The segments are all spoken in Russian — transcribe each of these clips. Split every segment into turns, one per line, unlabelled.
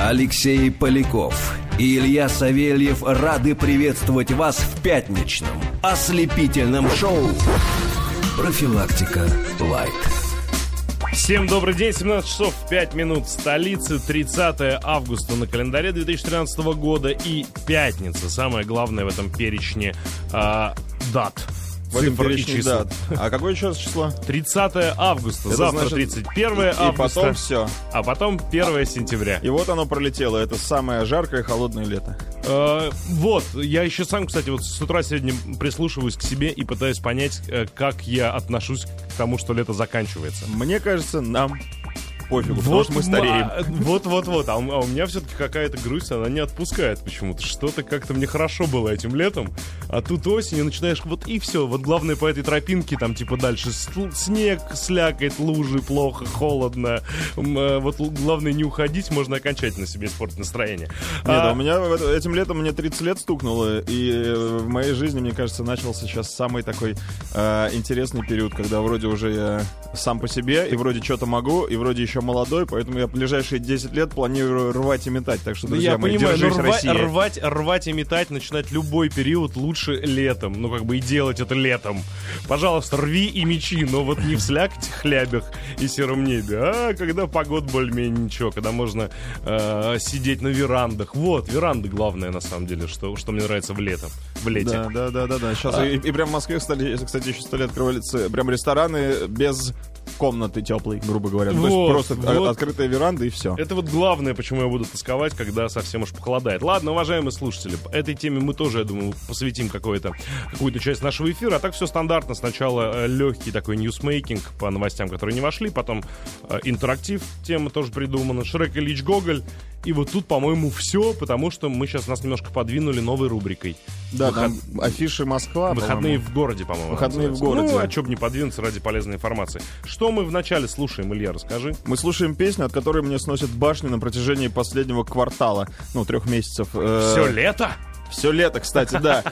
Алексей Поляков и Илья Савельев рады приветствовать вас в пятничном ослепительном шоу «Профилактика Лайт».
Всем добрый день, 17 часов 5 минут в столице, 30 августа на календаре 2013 года и пятница, самое главное в этом перечне дат.
В этом перечне дат. А какое еще раз число?
30 августа,
это
завтра
значит,
31 августа.
И потом все.
А потом 1 сентября.
И вот оно пролетело, это самое жаркое и холодное лето.
Вот, я еще сам, кстати, вот с утра сегодня прислушиваюсь к себе и пытаюсь понять, как я отношусь к тому, что лето заканчивается.
Мне кажется, нам пофигу, потому что мы стареем.
Вот. А у меня все-таки какая-то грусть, она не отпускает почему-то. Что-то как-то мне хорошо было этим летом, а тут осенью начинаешь, вот и все. Вот главное по этой тропинке, там типа дальше снег, слякоть, лужи, плохо, холодно. Вот главное не уходить, можно окончательно себе испортить настроение.
Нет, у меня этим летом мне 30 лет стукнуло, и в моей жизни, мне кажется, начался сейчас самый такой интересный период, когда вроде уже я сам по себе, и вроде что-то могу, и вроде еще молодой, поэтому я в ближайшие 10 лет планирую рвать и метать. Так что, друзья мои, держись, Россия.
Рвать и метать, начинать любой период лучше летом. Ну, как бы и делать это летом. Пожалуйста, рви и мечи, но вот не в слякоти, хлябях и сером небе, а когда погода более-менее ничего, когда можно сидеть на верандах. Вот, веранды главное, на самом деле, что мне нравится в лете.
Да. Сейчас и прям в Москве, кстати, еще стали открываться прям рестораны без комнаты теплой, грубо говоря.
Вот,
то есть просто открытая веранда и все.
Это вот главное, почему я буду тосковать, когда совсем уж похолодает. Ладно, уважаемые слушатели, этой теме мы тоже, я думаю, посвятим какую-то часть нашего эфира. А так все стандартно. Сначала легкий такой ньюсмейкинг по новостям, которые не вошли. Потом интерактив, тема тоже придумана. Шрек, Ильич, Гоголь. И вот тут, по-моему, все, потому что мы сейчас нас немножко подвинули новой рубрикой.
Да, там афиши Москва,
Выходные в городе, по-моему.
Выходные в городе.
Ну, а что бы не подвинуться ради полезной информации. Что мы вначале слушаем, Илья, расскажи.
Мы слушаем песню, от которой мне сносят башню на протяжении последнего квартала, 3 месяцев.
Все лето?
Все лето, кстати, да.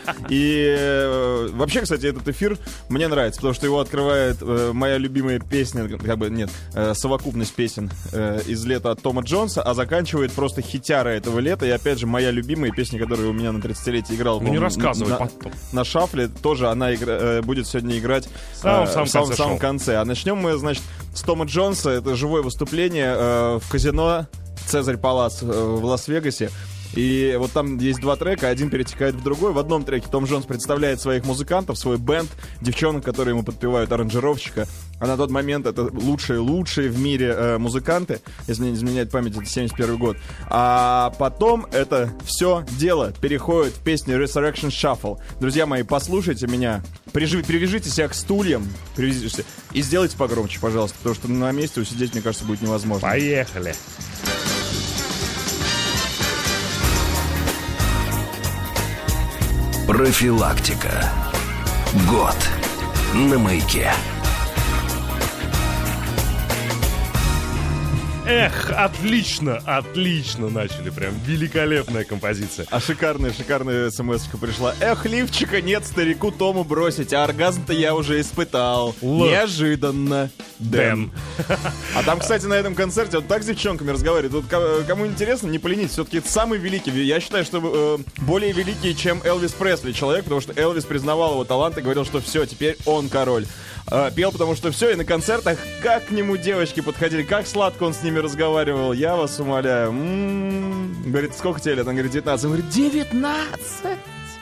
И вообще, кстати, этот эфир мне нравится, потому что его открывает моя любимая песня, совокупность песен из лета от Тома Джонса, а заканчивает просто хитяра этого лета. И опять же, моя любимая песня, которая у меня на 30-летие играла.
Ну не рассказывай потом.
На шафле тоже она будет сегодня играть в самом конце. А начнем мы, значит, с Тома Джонса. Это живое выступление в казино «Цезарь Палас» в Лас-Вегасе. И вот там есть 2 трека, один перетекает в другой. В одном треке Том Джонс представляет своих музыкантов, свой бенд, девчонок, которые ему подпевают, аранжировщика. А на тот момент это лучшие в мире музыканты, если не изменяет память, это 71 год. А потом это все дело переходит в песню Resurrection Shuffle. Друзья мои, послушайте меня, привяжите себя к стульям, и сделайте погромче, пожалуйста, потому что на месте усидеть, мне кажется, будет невозможно.
Поехали!
Профилактика. Год на маяке.
Эх, отлично начали, прям великолепная композиция.
А шикарная смс-очка пришла. Эх, лифчика нет старику Тому бросить, а оргазм-то я уже испытал. Неожиданно. Дэн. А там, кстати, на этом концерте вот так с девчонками разговаривают. Вот кому интересно, не поленитесь, все-таки это самый великий. Я считаю, что более великий, чем Элвис Пресли человек, потому что Элвис признавал его талант и говорил, что все, теперь он король. Пел, потому что все, и на концертах как к нему девочки подходили, как сладко он с ними разговаривал, я вас умоляю. Говорит, сколько тебе лет? Он говорит, 19. Он говорит, 19!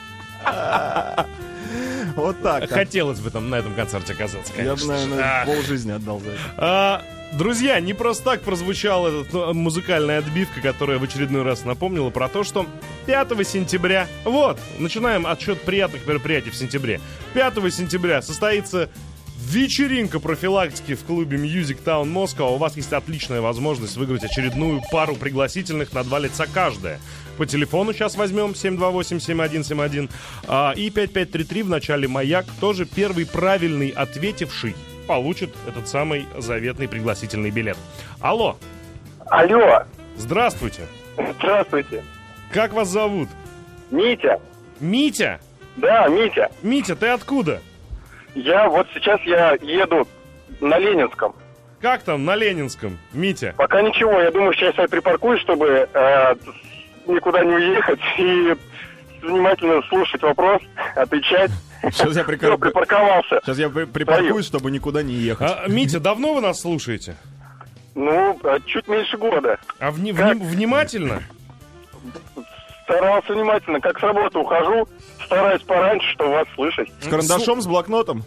Вот так.
Хотелось бы там на этом концерте оказаться, конечно.
Я бы, наверное, полжизни отдал за это.
Друзья, не просто так прозвучала эта музыкальная отбивка, которая в очередной раз напомнила про то, что 5 сентября, начинаем отсчет приятных мероприятий в сентябре. 5 сентября состоится вечеринка профилактики в клубе Music Town Moscow. У вас есть отличная возможность выиграть очередную пару пригласительных на 2 лица каждая. По телефону сейчас возьмем 728-7171 и 5533 в начале «Маяк». Тоже первый правильный ответивший получит этот самый заветный пригласительный билет. Алло. Здравствуйте.
Здравствуйте.
Как вас зовут?
Митя.
Митя?
Да, Митя.
Митя, ты откуда?
Я еду на Ленинском.
Как там на Ленинском, Митя?
Пока ничего, я думаю, сейчас я припаркуюсь, чтобы никуда не уехать и внимательно слушать вопрос, отвечать.
Сейчас я
припарковался.
Сейчас я припаркуюсь, чтобы никуда не ехать.
Митя, давно вы нас слушаете?
Ну, чуть меньше года.
А внимательно?
Старался внимательно. Как с работы ухожу, стараюсь пораньше, чтобы вас слышать.
С карандашом, с блокнотом?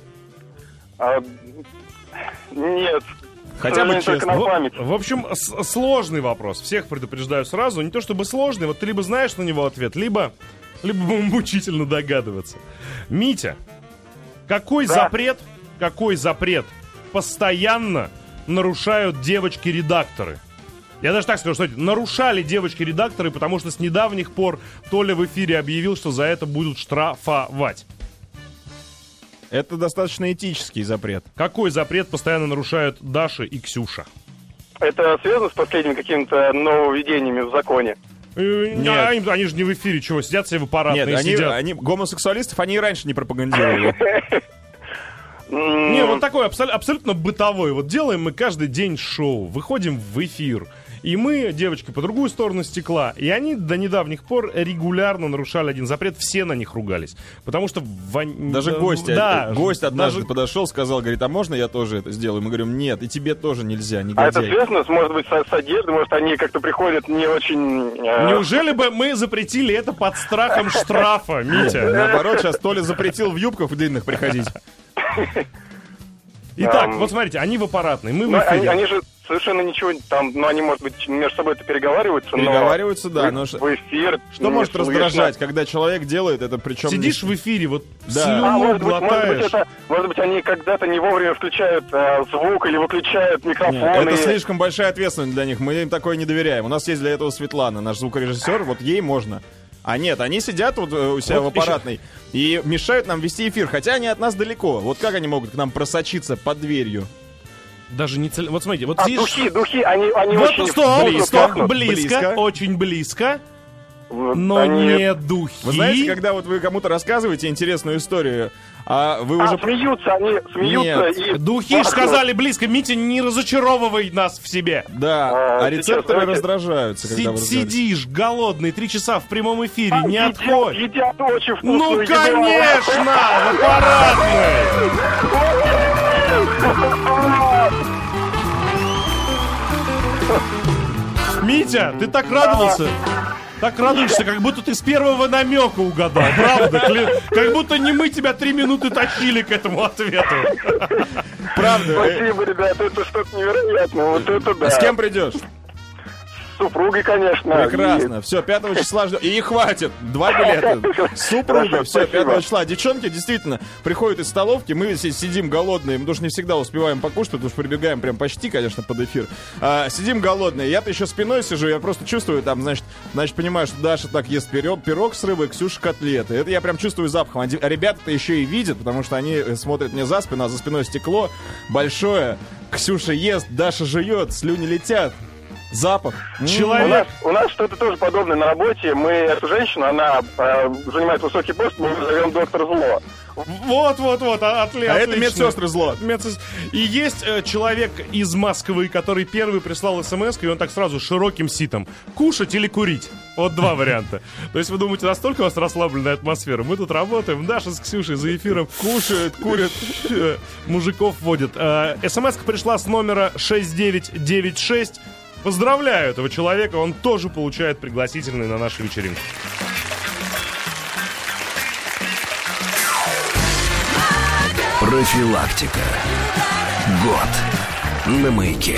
Нет.
Хотя бы честно.
В общем, сложный вопрос. Всех предупреждаю сразу. Не то чтобы сложный, вот ты либо знаешь на него ответ, либо мучительно догадываться. Митя, какой запрет постоянно нарушают девочки-редакторы? Я даже так скажу, что нарушали девочки-редакторы, потому что с недавних пор Толя в эфире объявил, что за это будут штрафовать.
Это достаточно этический запрет.
Какой запрет постоянно нарушают Даша и Ксюша?
Это связано с последними какими-то нововведениями в законе?
Нет. Они же не в эфире, чего, сидят себе в аппаратной.
Нет, они гомосексуалистов они и раньше не пропагандировали.
Не, вот такой абсолютно бытовой. Вот делаем мы каждый день шоу, выходим в эфир. И мы, девочки, по другую сторону стекла. И они до недавних пор регулярно нарушали один запрет. Все на них ругались. Потому что...
Даже гость однажды подошел, сказал, говорит, а можно я тоже это сделаю? Мы говорим, нет, и тебе тоже нельзя, негодяй.
А это связано, может быть, с одеждой? Может, они как-то приходят не очень...
Неужели бы мы запретили это под страхом штрафа, Митя?
Наоборот, сейчас Толя запретил в юбках длинных приходить.
Итак, вот смотрите, они в аппаратной, мы в эфире.
Они же совершенно ничего там, они, может быть, между собой это переговариваются,
Переговариваются, да.
Но в эфир...
Что может раздражать, когда человек делает это, причем...
Сидишь в эфире, вот слюну глотаешь.
Может быть, они когда-то не вовремя включают звук или выключают микрофон.
Нет, это слишком большая ответственность для них, мы им такое не доверяем. У нас есть для этого Светлана, наш звукорежиссер, вот ей можно. А нет, они сидят вот у себя в аппаратной и мешают нам вести эфир, хотя они от нас далеко. Вот как они могут к нам просочиться под дверью?
Даже не цель... Вот смотрите, вот
духи, они вот
очень близко, очень близко, но не духи.
Вы знаете, когда вот вы кому-то рассказываете интересную историю, а вы уже...
смеются, они смеются.
Нет. И... Духи ж сказали близко, Митя, не разочаровывай нас в себе.
Да, а рецепторы раздражаются, когда вы
сидишь голодный 3 часа в прямом эфире, не отходь.
Едят очень вкусную
Ну, конечно, в аппаратной. Митя, ты так радовался. Так радуешься, как будто ты с первого намека угадал, правда? Как будто не мы тебя 3 минуты тащили к этому ответу.
Правда.
Спасибо, ребята, это что-то невероятное. Вот это да.
С кем придешь?
С супругой, конечно.
Прекрасно. Все, 5 числа ждем. И хватит. 2 билета. С супругой. Все, 5 числа. Девчонки действительно приходят из столовки. Мы сидим голодные. Мы тоже не всегда успеваем покушать, потому что прибегаем прям почти, конечно, под эфир. Сидим голодные. Я-то еще спиной сижу. Я просто чувствую там, значит, понимаю, что Даша так ест пирог с рыбой, Ксюша котлеты. Это я прям чувствую запахом. А ребята-то еще и видят, потому что они смотрят мне за спину, а за спиной стекло большое. Ксюша ест, Даша жует, слюни летят. Запах.
Человек.
У нас что-то тоже подобное на работе. Мы эту женщину, она занимает высокий пост, мы ее зовем доктор Зло.
Вот, отлично.
А это медсестры Зло.
И есть человек из Москвы, который первый прислал смс, и он так сразу широким ситом: кушать или курить? Вот 2 варианта. То есть вы думаете, настолько у вас расслабленная атмосфера? Мы тут работаем, Даша с Ксюшей за эфиром кушают, курят, мужиков водят. СМС-ка пришла с номера 6996. Поздравляю этого человека, он тоже получает пригласительные на нашу вечеринку.
Профилактика. Год на маяке.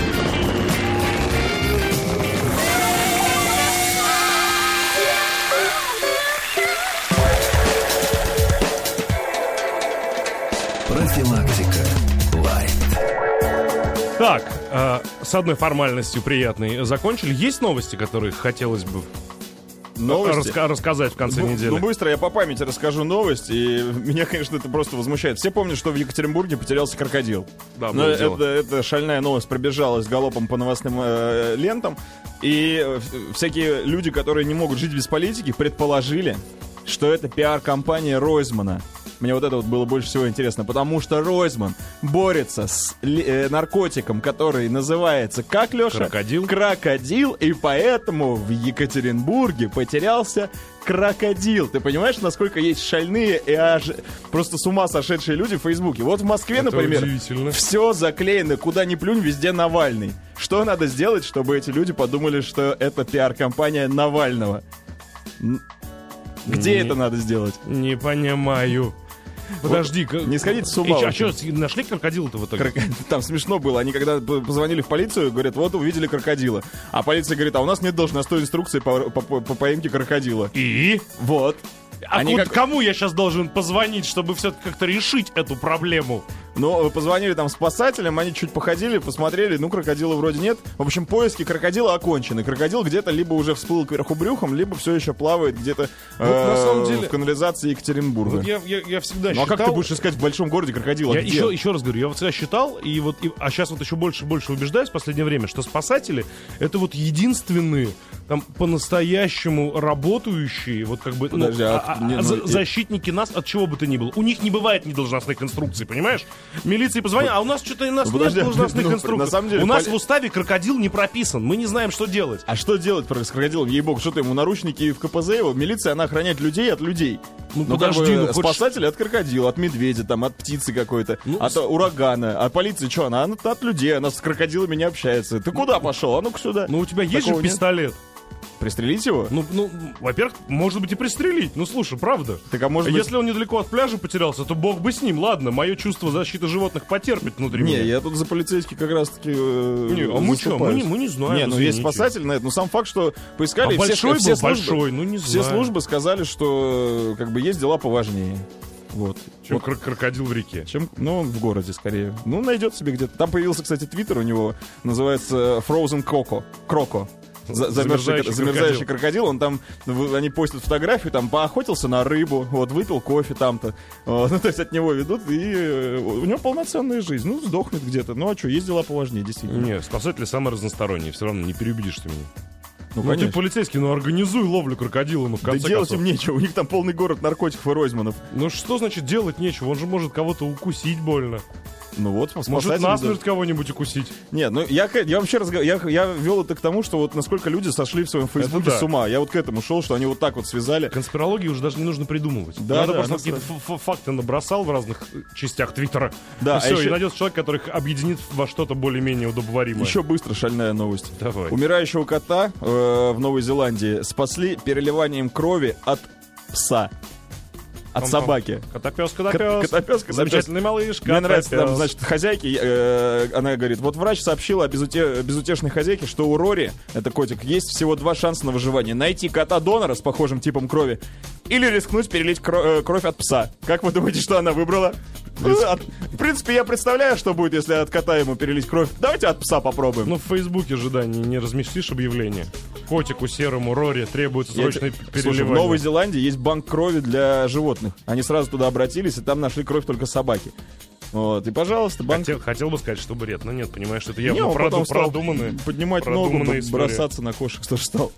Профилактика лайт.
Так, с одной формальностью приятной закончили. Есть новости, которые хотелось бы рассказать в конце недели?
Ну, быстро я по памяти расскажу новость. И меня, конечно, это просто возмущает. Все помнят, что в Екатеринбурге потерялся крокодил. Да, но это шальная новость пробежалась галопом по новостным лентам. И всякие люди, которые не могут жить без политики, предположили, что это пиар-компания Ройзмана. Мне вот это вот было больше всего интересно, потому что Ройзман борется с наркотиком, который называется, как, Леша?
Крокодил.
Крокодил, и поэтому в Екатеринбурге потерялся крокодил. Ты понимаешь, насколько есть шальные и аж просто с ума сошедшие люди в Фейсбуке? Вот в Москве,
это
например,
удивительно.
все заклеено, куда ни плюнь, везде Навальный. Что надо сделать, чтобы эти люди подумали, что это пиар-компания Навального? Где это надо сделать?
Не понимаю. Подожди.
Не сходите с ума.
А что, нашли крокодила-то в итоге?
Там смешно было. Они когда позвонили в полицию, говорят, вот увидели крокодила. А полиция говорит, а у нас нет должностной инструкции по поимке крокодила.
И?
Вот.
Кому я сейчас должен позвонить, чтобы все-таки как-то решить эту проблему?
Ну, позвонили там спасателям, они чуть походили, посмотрели, ну, крокодила вроде нет. В общем, поиски крокодила окончены. Крокодил где-то либо уже всплыл кверху брюхом, либо все еще плавает где-то
на самом деле,
в канализации Екатеринбурга.
Вот я всегда считал...
Ну, а как ты будешь искать в большом городе крокодила?
Я еще раз говорю, я вот всегда считал, а сейчас вот еще больше и больше убеждаюсь в последнее время, что спасатели — это вот единственные там по-настоящему работающие, вот как бы,
подожди,
защитники нас от чего бы то ни было. У них не бывает недолжностных инструкций, понимаешь? Милиции позвонят, а у нас что-то нет должностных инструкций.
На самом деле,
у нас в уставе крокодил не прописан, мы не знаем, что делать.
А что делать с крокодилом? Ей-богу, что-то ему наручники в КПЗ его? Милиция, она охраняет людей от людей.
Ну подожди,
спасатели от крокодила, от медведя, там, от птицы какой-то, от урагана. А полиция что? Она от людей, она с крокодилами не общается. Ты куда пошел? А ну-ка сюда.
Ну у тебя есть же пистолет.
Пристрелить его?
Ну, во-первых, может быть и пристрелить. Ну, слушай, правда.
Так, а может
Если он недалеко от пляжа потерялся, то бог бы с ним. Ладно, мое чувство защиты животных потерпит внутри меня.
Не, я тут за полицейский как раз-таки
мы что, мы не знаем.
Не, ну есть спасатель на это. Но сам факт, что поискали...
большой, ну не знаю.
Все службы сказали, что как бы есть дела поважнее. Вот.
Чем крокодил в реке?
Ну, в городе скорее. Ну, найдет себе где-то. Там появился, кстати, твиттер у него. Называется Frozen Croco. Замерзающий крокодил. Он там, они постят фотографию, там поохотился на рыбу, вот, выпил кофе там-то. Ну, то есть от него ведут, и у него полноценная жизнь. Ну, сдохнет где-то. Ну, а что, есть дела поважнее, действительно.
Не, спасатели самые разносторонние, все равно не переубедишь ты меня.
Ну
ты полицейский, организуй ловлю крокодила, в конце концов.
Да делать им нечего, у них там полный город наркотиков и Ройзманов.
Ну что значит делать нечего? Он же может кого-то укусить больно.
Ну вот,
может насмерть кого-нибудь укусить.
Нет, ну я вообще я вел это к тому, что вот насколько люди сошли в своем Фейсбуке с ума. Я вот к этому шел, что они вот так вот связали.
Конспирологию уже даже не нужно придумывать.
Да,
надо просто какие-то факты набросал в разных частях Твиттера.
Да,
и все, и найдется человек, который их объединит во что-то более-менее удобоваримое.
Еще быстро шальная новость.
Давай.
Умирающего кота в Новой Зеландии спасли переливанием крови от пса. От собаки.
Котопес.
Замечательный малыш. Мне нравится, там, значит, хозяйки, она говорит, вот врач сообщила о безутешной хозяйке, что у Рори, это котик, есть всего 2 шанса на выживание. Найти кота-донора с похожим типом крови или рискнуть перелить кровь от пса. Как вы думаете, что она выбрала? В принципе, я представляю, что будет, если от кота ему перелить кровь. Давайте от пса попробуем.
Ну, в Фейсбуке же, да, не разместишь объявление. Котику серому Рори требуется срочное переливание.
Слушай, в Новой Зеландии есть банк крови для животных. Они сразу туда обратились, и там нашли кровь только собаки. Вот, и, пожалуйста, банк...
Хотел бы сказать, что бред, но нет, понимаешь, что это явно продуманное.
Поднимать ногу, бросаться на кошек, что ж стал.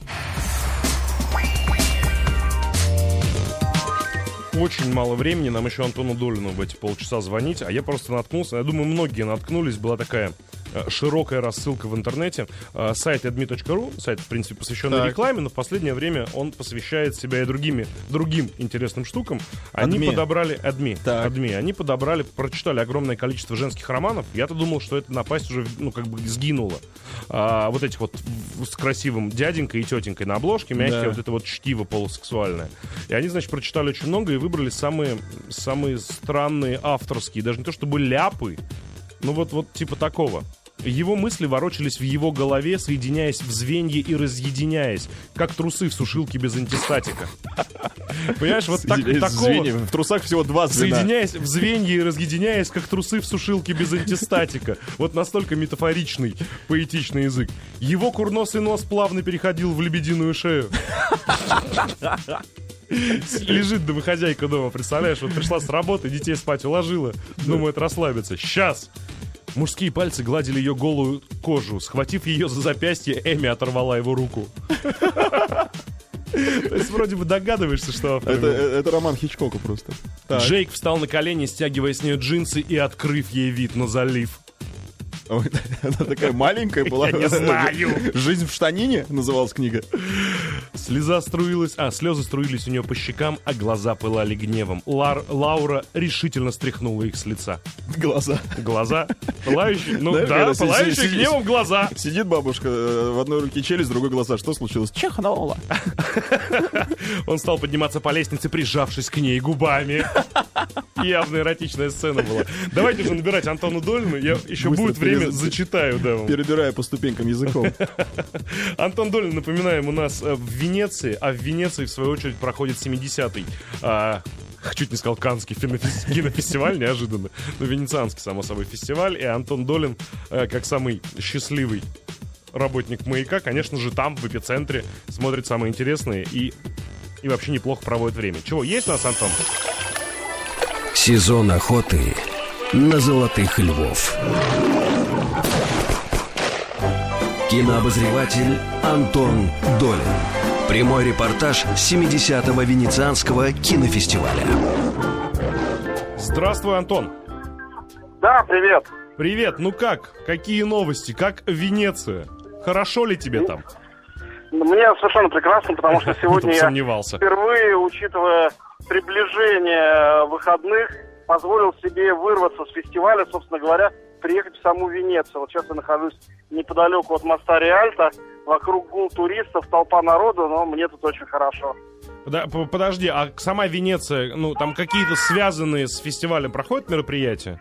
Очень мало времени, нам еще Антону Долину в эти полчаса звонить, а я просто наткнулся, я думаю, многие наткнулись, была такая широкая рассылка в интернете, сайт admi.ru, сайт, в принципе, посвященный рекламе, но в последнее время он посвящает себя и другим интересным штукам. Они подобрали они прочитали огромное количество женских романов. Я-то думал, что эта напасть уже, сгинула. Вот этих вот с красивым дяденькой и тетенькой на обложке, мягкие, вот это вот чтиво полусексуальное. И они, значит, прочитали очень много и выбрали самые странные авторские, даже не то чтобы ляпы, ну вот типа такого. Его мысли ворочались в его голове, соединяясь в звенья и разъединяясь, как трусы в сушилке без антистатика. Понимаешь, вот такого...
В трусах всего 2 звена.
Соединяясь в звенья и разъединяясь, как трусы в сушилке без антистатика. Вот настолько метафоричный, поэтичный язык. Его курносый нос плавно переходил в лебединую шею. Лежит домохозяйка дома, представляешь? Вот пришла с работы, детей спать уложила, думает расслабиться. Сейчас! Мужские пальцы гладили ее голую кожу. Схватив ее за запястье, Эми оторвала его руку. То есть вроде бы догадываешься, что автор...
Это роман Хичкока просто.
Джейк встал на колени, стягивая с нее джинсы и открыв ей вид на залив.
Она такая маленькая была.
Я не знаю.
«Жизнь в штанине» называлась книга.
Слезы струились у нее по щекам, а глаза пылали гневом. Лаура решительно стряхнула их с лица.
Глаза?
Пылающие? Ну да, пылающие гневом глаза.
Сидит бабушка, в одной руке челюсть, в другой глаза. Что случилось? Чихнула.
Он стал подниматься по лестнице, прижавшись к ней губами. Явно эротичная сцена была. Давайте же набирать Антону Долину. Я еще будет время, зачитаю, да, вам.
Перебирая по ступенькам языком.
Антон Долин, напоминаем, у нас в Венеции, а в Венеции, в свою очередь, проходит 70-й, чуть не сказал, Каннский кинофестиваль, неожиданно, но венецианский, само собой, фестиваль, и Антон Долин, как самый счастливый работник «Маяка», конечно же, там, в эпицентре, смотрит самое интересное и вообще неплохо проводит время. Чего, есть у нас, Антон?
Сезон охоты на золотых львов. Кинообозреватель Антон Долин. Прямой репортаж с 70-го Венецианского кинофестиваля.
Здравствуй, Антон.
Да, привет.
Привет, ну как? Какие новости? Как Венеция? Хорошо ли тебе там?
Мне совершенно прекрасно, потому что сегодня я
сомневался.
Впервые, учитывая приближение выходных, позволил себе вырваться с фестиваля, собственно говоря, приехать в саму Венецию. Вот сейчас я нахожусь неподалеку от моста Риальто, вокруг гул туристов, толпа народу, но мне тут очень хорошо.
Подожди, а сама Венеция, ну, там какие-то связанные с фестивалем проходят мероприятия?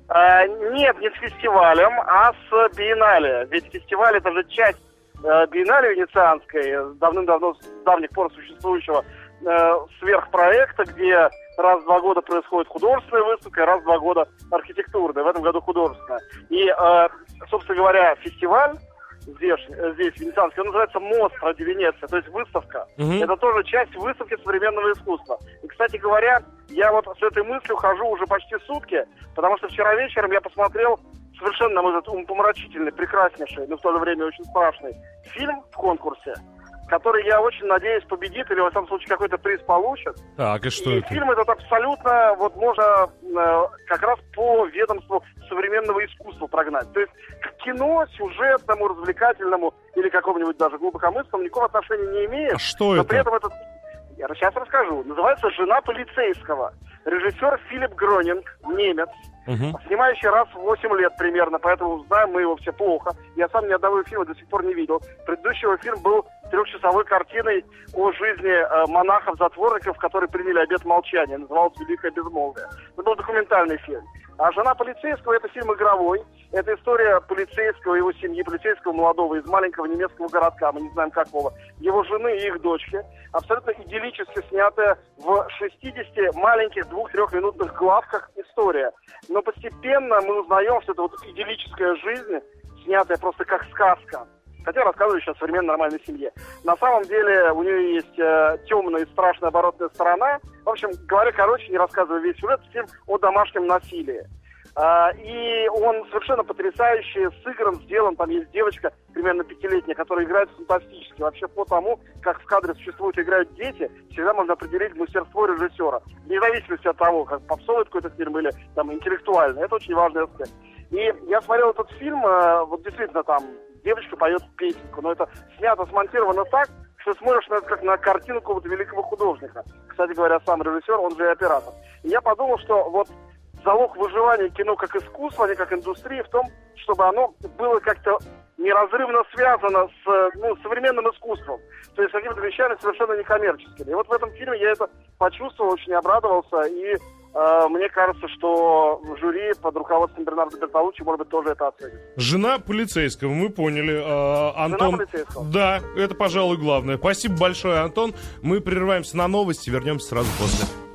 Нет, не с фестивалем, а с биеннале. Ведь фестиваль — это же часть биеннале венецианской, давным-давно, с давних пор существующего сверхпроекта, где раз в 2 года происходит художественная выставка, раз в 2 года архитектурная, в этом году художественная. И, собственно говоря, фестиваль здесь венецианский, он называется «Мост ради Венеции», то есть выставка. Это тоже часть выставки современного искусства. И, кстати говоря, я вот с этой мыслью хожу уже почти сутки, потому что вчера вечером я посмотрел совершенно, на мой взгляд, умопомрачительный, прекраснейший, но в то же время очень страшный фильм в конкурсе, который, я очень надеюсь, победит или, во всяком случае, какой-то приз получит.
Так, и что
и
это?
Фильм этот абсолютно, вот можно как раз по ведомству современного искусства прогнать. То есть к кино, сюжетному, развлекательному или какому-нибудь даже глубокомысленному никакого отношения не имеет.
А что
но
это?
При этом этот, я сейчас расскажу, называется «Жена полицейского». Режиссер Филипп Гронинг, немец, снимающий раз в 8 лет примерно, поэтому знаем мы его все плохо. Я сам ни одного фильма до сих пор не видел. Предыдущий его фильм был 3-часовой картиной о жизни монахов-затворников, которые приняли обет молчания. Назывался «Великое безмолвие». Это был документальный фильм. А «Жена полицейского» — это фильм игровой. Это история полицейского, его семьи, полицейского молодого из маленького немецкого городка, мы не знаем какого, его жены и их дочки. Абсолютно идиллически снятая в 60 маленьких 2-3-минутных главках история. Но постепенно мы узнаем, что это вот идиллическая жизнь, снятая просто как сказка. Хотя рассказываю сейчас о современной нормальной семье. На самом деле у нее есть темная и страшная оборотная сторона. В общем, говоря короче, не рассказывая весь сюжет, фильм о домашнем насилии. И он совершенно потрясающе сыгран, сделан. Там есть девочка, примерно 5-летняя, которая играет фантастически. Вообще по тому, как в кадре существуют и играют дети, всегда можно определить мастерство режиссера. Вне зависимости от того, как попсовый какой-то фильм или там интеллектуальный. Это очень важный аспект. И я смотрел этот фильм, вот действительно там девочка поет песенку, но это снято, смонтировано так, что смотришь на это как на картину какого-то великого художника. Кстати говоря, сам режиссер, он же и оператор. И я подумал, что вот залог выживания кино как искусства, а не как индустрии, в том, чтобы оно было как-то неразрывно связано с современным искусством. То есть с какими-то вещами совершенно некоммерческими. И вот в этом фильме я это почувствовал, очень обрадовался. И мне кажется, что жюри под руководством Бернардо Бертолуччи, может быть, тоже это оценит.
«Жена полицейского», мы поняли. Антон...
«Жена полицейского».
Да, это, пожалуй, главное. Спасибо большое, Антон. Мы прерываемся на новости, вернемся сразу после.